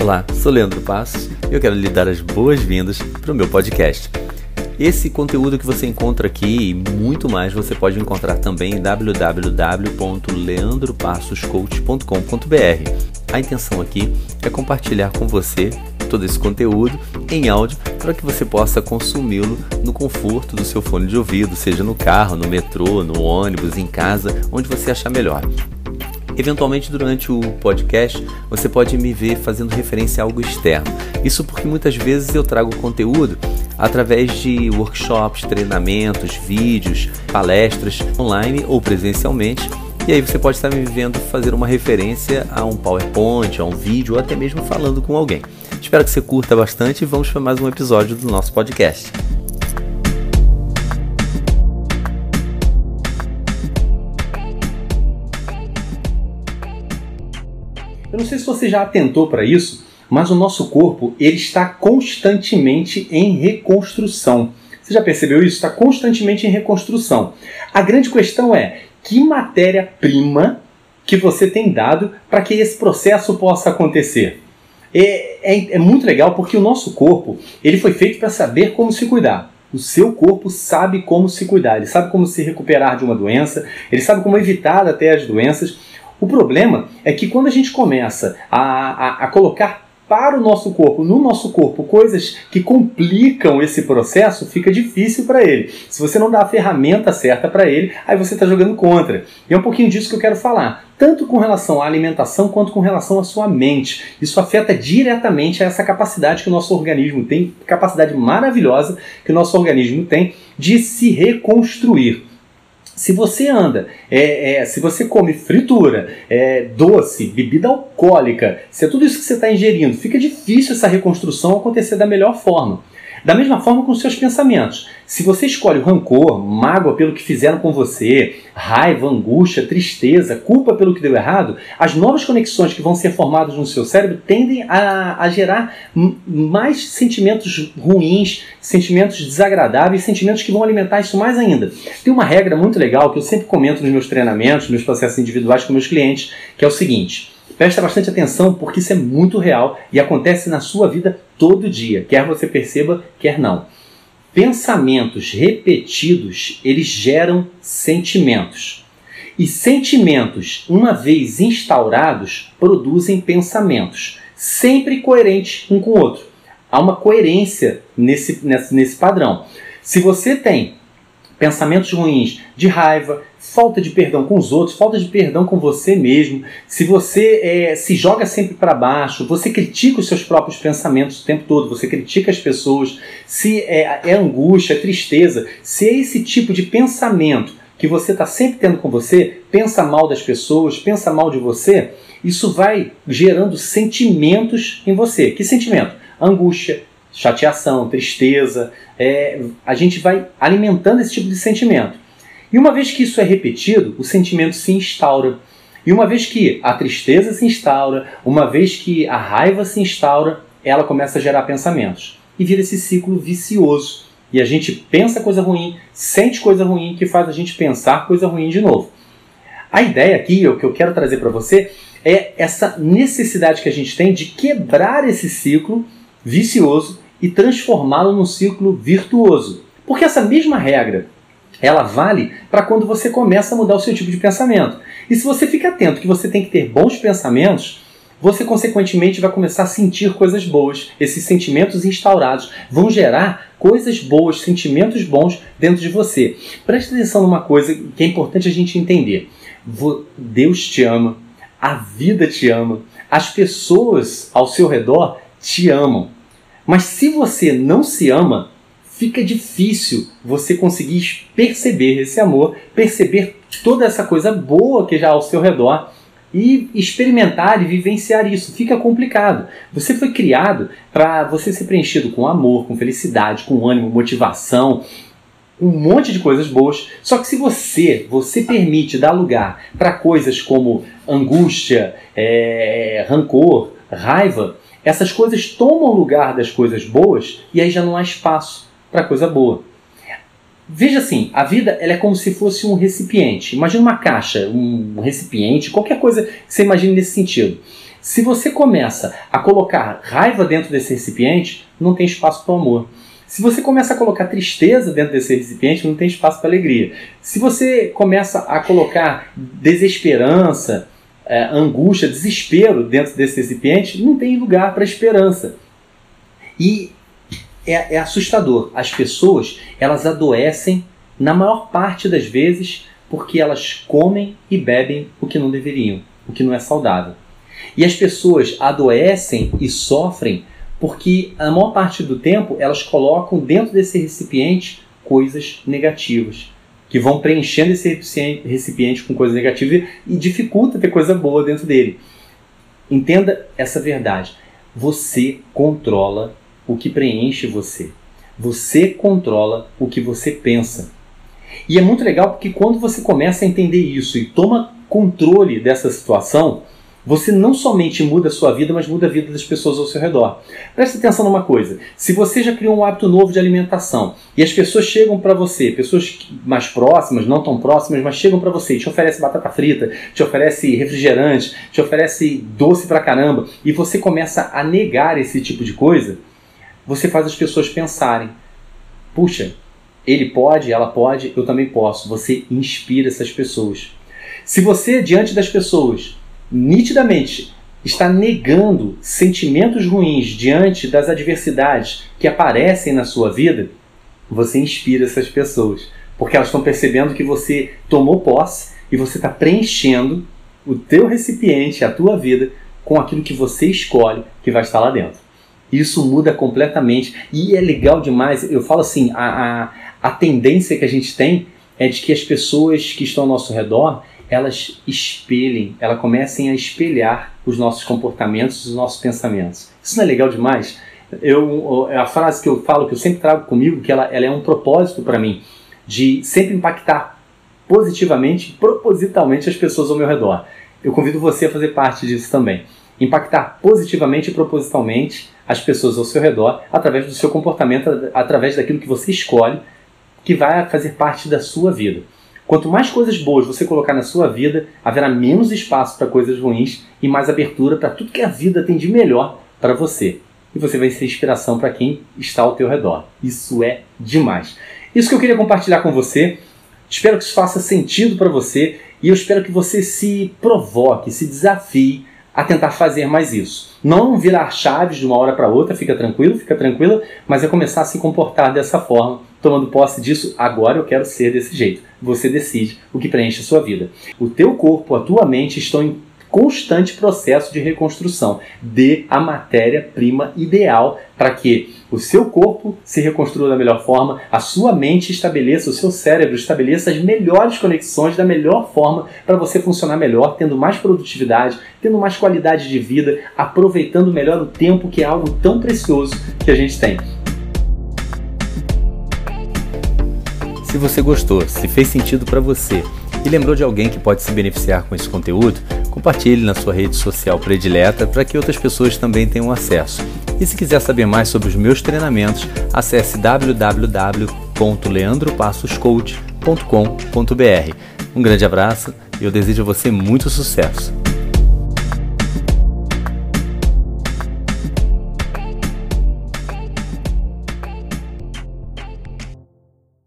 Olá, sou Leandro Passos e eu quero lhe dar as boas-vindas para o meu podcast. Esse conteúdo que você encontra aqui e muito mais você pode encontrar também em www.leandropassoscoach.com.br. A intenção aqui é compartilhar com você todo esse conteúdo em áudio para que você possa consumi-lo no conforto do seu fone de ouvido, seja no carro, no metrô, no ônibus, em casa, onde você achar melhor. Eventualmente, durante o podcast, você pode me ver fazendo referência a algo externo. Isso porque muitas vezes eu trago conteúdo através de workshops, treinamentos, vídeos, palestras online ou presencialmente. E aí você pode estar me vendo fazer uma referência a um PowerPoint, a um vídeo ou até mesmo falando com alguém. Espero que você curta bastante e vamos para mais um episódio do nosso podcast. Eu não sei se você já atentou para isso, mas o nosso corpo ele está constantemente em reconstrução. Você já percebeu isso? Está constantemente em reconstrução. A grande questão é, que matéria-prima que você tem dado para que esse processo possa acontecer? É muito legal porque o nosso corpo ele foi feito para saber como se cuidar. O seu corpo sabe como se cuidar, ele sabe como se recuperar de uma doença, ele sabe como evitar até as doenças. O problema é que quando a gente começa a colocar para o nosso corpo, no nosso corpo, coisas que complicam esse processo, fica difícil para ele. Se você não dá a ferramenta certa para ele, aí você está jogando contra. E é um pouquinho disso que eu quero falar, tanto com relação à alimentação quanto com relação à sua mente. Isso afeta diretamente a essa capacidade que o nosso organismo tem, capacidade maravilhosa que o nosso organismo tem de se reconstruir. Se você anda, se você come fritura, doce, bebida alcoólica, se é tudo isso que você está ingerindo, fica difícil essa reconstrução acontecer da melhor forma. Da mesma forma com os seus pensamentos. Se você escolhe o rancor, mágoa pelo que fizeram com você, raiva, angústia, tristeza, culpa pelo que deu errado, as novas conexões que vão ser formadas no seu cérebro tendem a gerar mais sentimentos ruins, sentimentos desagradáveis, sentimentos que vão alimentar isso mais ainda. Tem uma regra muito legal que eu sempre comento nos meus treinamentos, nos meus processos individuais com meus clientes, que é o seguinte: presta bastante atenção porque isso é muito real e acontece na sua vida todo dia, quer você perceba, quer não. Pensamentos repetidos, eles geram sentimentos. E sentimentos, uma vez instaurados, produzem pensamentos, sempre coerentes um com o outro. Há uma coerência nesse padrão. Se você tem pensamentos ruins de raiva, falta de perdão com os outros, falta de perdão com você mesmo, se você se joga sempre para baixo, você critica os seus próprios pensamentos o tempo todo, você critica as pessoas, se é angústia, é tristeza, se é esse tipo de pensamento que você está sempre tendo com você, pensa mal das pessoas, pensa mal de você, isso vai gerando sentimentos em você. Que sentimento? Angústia, chateação, tristeza, a gente vai alimentando esse tipo de sentimento. E uma vez que isso é repetido, o sentimento se instaura. E uma vez que a tristeza se instaura, uma vez que a raiva se instaura, ela começa a gerar pensamentos. E vira esse ciclo vicioso. E a gente pensa coisa ruim, sente coisa ruim, que faz a gente pensar coisa ruim de novo. A ideia aqui, o que eu quero trazer para você, é essa necessidade que a gente tem de quebrar esse ciclo vicioso e transformá-lo num ciclo virtuoso. Porque essa mesma regra, ela vale para quando você começa a mudar o seu tipo de pensamento. E se você fica atento que você tem que ter bons pensamentos, você consequentemente vai começar a sentir coisas boas. Esses sentimentos instaurados vão gerar coisas boas, sentimentos bons dentro de você. Preste atenção numa coisa que é importante a gente entender. Deus te ama, a vida te ama, as pessoas ao seu redor te amam. Mas se você não se ama, fica difícil você conseguir perceber esse amor, perceber toda essa coisa boa que já há ao seu redor e experimentar e vivenciar isso. Fica complicado. Você foi criado para você ser preenchido com amor, com felicidade, com ânimo, motivação, um monte de coisas boas. Só que se você permite dar lugar para coisas como angústia, rancor, raiva, essas coisas tomam lugar das coisas boas e aí já não há espaço para coisa boa. Veja assim, a vida ela é como se fosse um recipiente. Imagina uma caixa, um recipiente, qualquer coisa que você imagine nesse sentido. Se você começa a colocar raiva dentro desse recipiente, não tem espaço para o amor. Se você começa a colocar tristeza dentro desse recipiente, não tem espaço para alegria. Se você começa a colocar desesperança, angústia, desespero dentro desse recipiente, não tem lugar para esperança. E é assustador. As pessoas, elas adoecem na maior parte das vezes porque elas comem e bebem o que não deveriam, o que não é saudável. E as pessoas adoecem e sofrem porque a maior parte do tempo elas colocam dentro desse recipiente coisas negativas, que vão preenchendo esse recipiente com coisas negativas e dificulta ter coisa boa dentro dele. Entenda essa verdade. Você controla o que preenche você. Você controla o que você pensa. E é muito legal porque quando você começa a entender isso e toma controle dessa situação, você não somente muda a sua vida, mas muda a vida das pessoas ao seu redor. Preste atenção numa coisa. Se você já criou um hábito novo de alimentação e as pessoas chegam para você, pessoas mais próximas, não tão próximas, mas chegam para você e te oferecem batata frita, te oferece refrigerante, te oferece doce pra caramba, e você começa a negar esse tipo de coisa, você faz as pessoas pensarem: puxa, ele pode, ela pode, eu também posso. Você inspira essas pessoas. Se você, diante das pessoas, nitidamente está negando sentimentos ruins diante das adversidades que aparecem na sua vida, você inspira essas pessoas, porque elas estão percebendo que você tomou posse e você está preenchendo o teu recipiente, a tua vida, com aquilo que você escolhe que vai estar lá dentro. Isso muda completamente e é legal demais. Eu falo assim, a tendência que a gente tem é de que as pessoas que estão ao nosso redor, elas elas comecem a espelhar os nossos comportamentos, os nossos pensamentos. Isso não é legal demais? A frase que eu falo, que eu sempre trago comigo, que ela é um propósito para mim, de sempre impactar positivamente, propositalmente as pessoas ao meu redor. Eu convido você a fazer parte disso também. Impactar positivamente e propositalmente as pessoas ao seu redor, através do seu comportamento, através daquilo que você escolhe, que vai fazer parte da sua vida. Quanto mais coisas boas você colocar na sua vida, haverá menos espaço para coisas ruins e mais abertura para tudo que a vida tem de melhor para você. E você vai ser inspiração para quem está ao teu redor. Isso é demais. Isso que eu queria compartilhar com você. Espero que isso faça sentido para você e eu espero que você se provoque, se desafie a tentar fazer mais isso. Não virar chaves de uma hora para outra, fica tranquilo, fica tranquila, mas é começar a se comportar dessa forma, tomando posse disso. Agora eu quero ser desse jeito. Você decide o que preenche a sua vida. O teu corpo, a tua mente estão em constante processo de reconstrução. Dê a matéria-prima ideal para que o seu corpo se reconstrua da melhor forma, a sua mente estabeleça, o seu cérebro estabeleça as melhores conexões da melhor forma para você funcionar melhor, tendo mais produtividade, tendo mais qualidade de vida, aproveitando melhor o tempo, que é algo tão precioso que a gente tem. Se você gostou, se fez sentido para você e lembrou de alguém que pode se beneficiar com esse conteúdo, compartilhe na sua rede social predileta para que outras pessoas também tenham acesso. E se quiser saber mais sobre os meus treinamentos, acesse www.leandropassoscoach.com.br. Um grande abraço e eu desejo a você muito sucesso.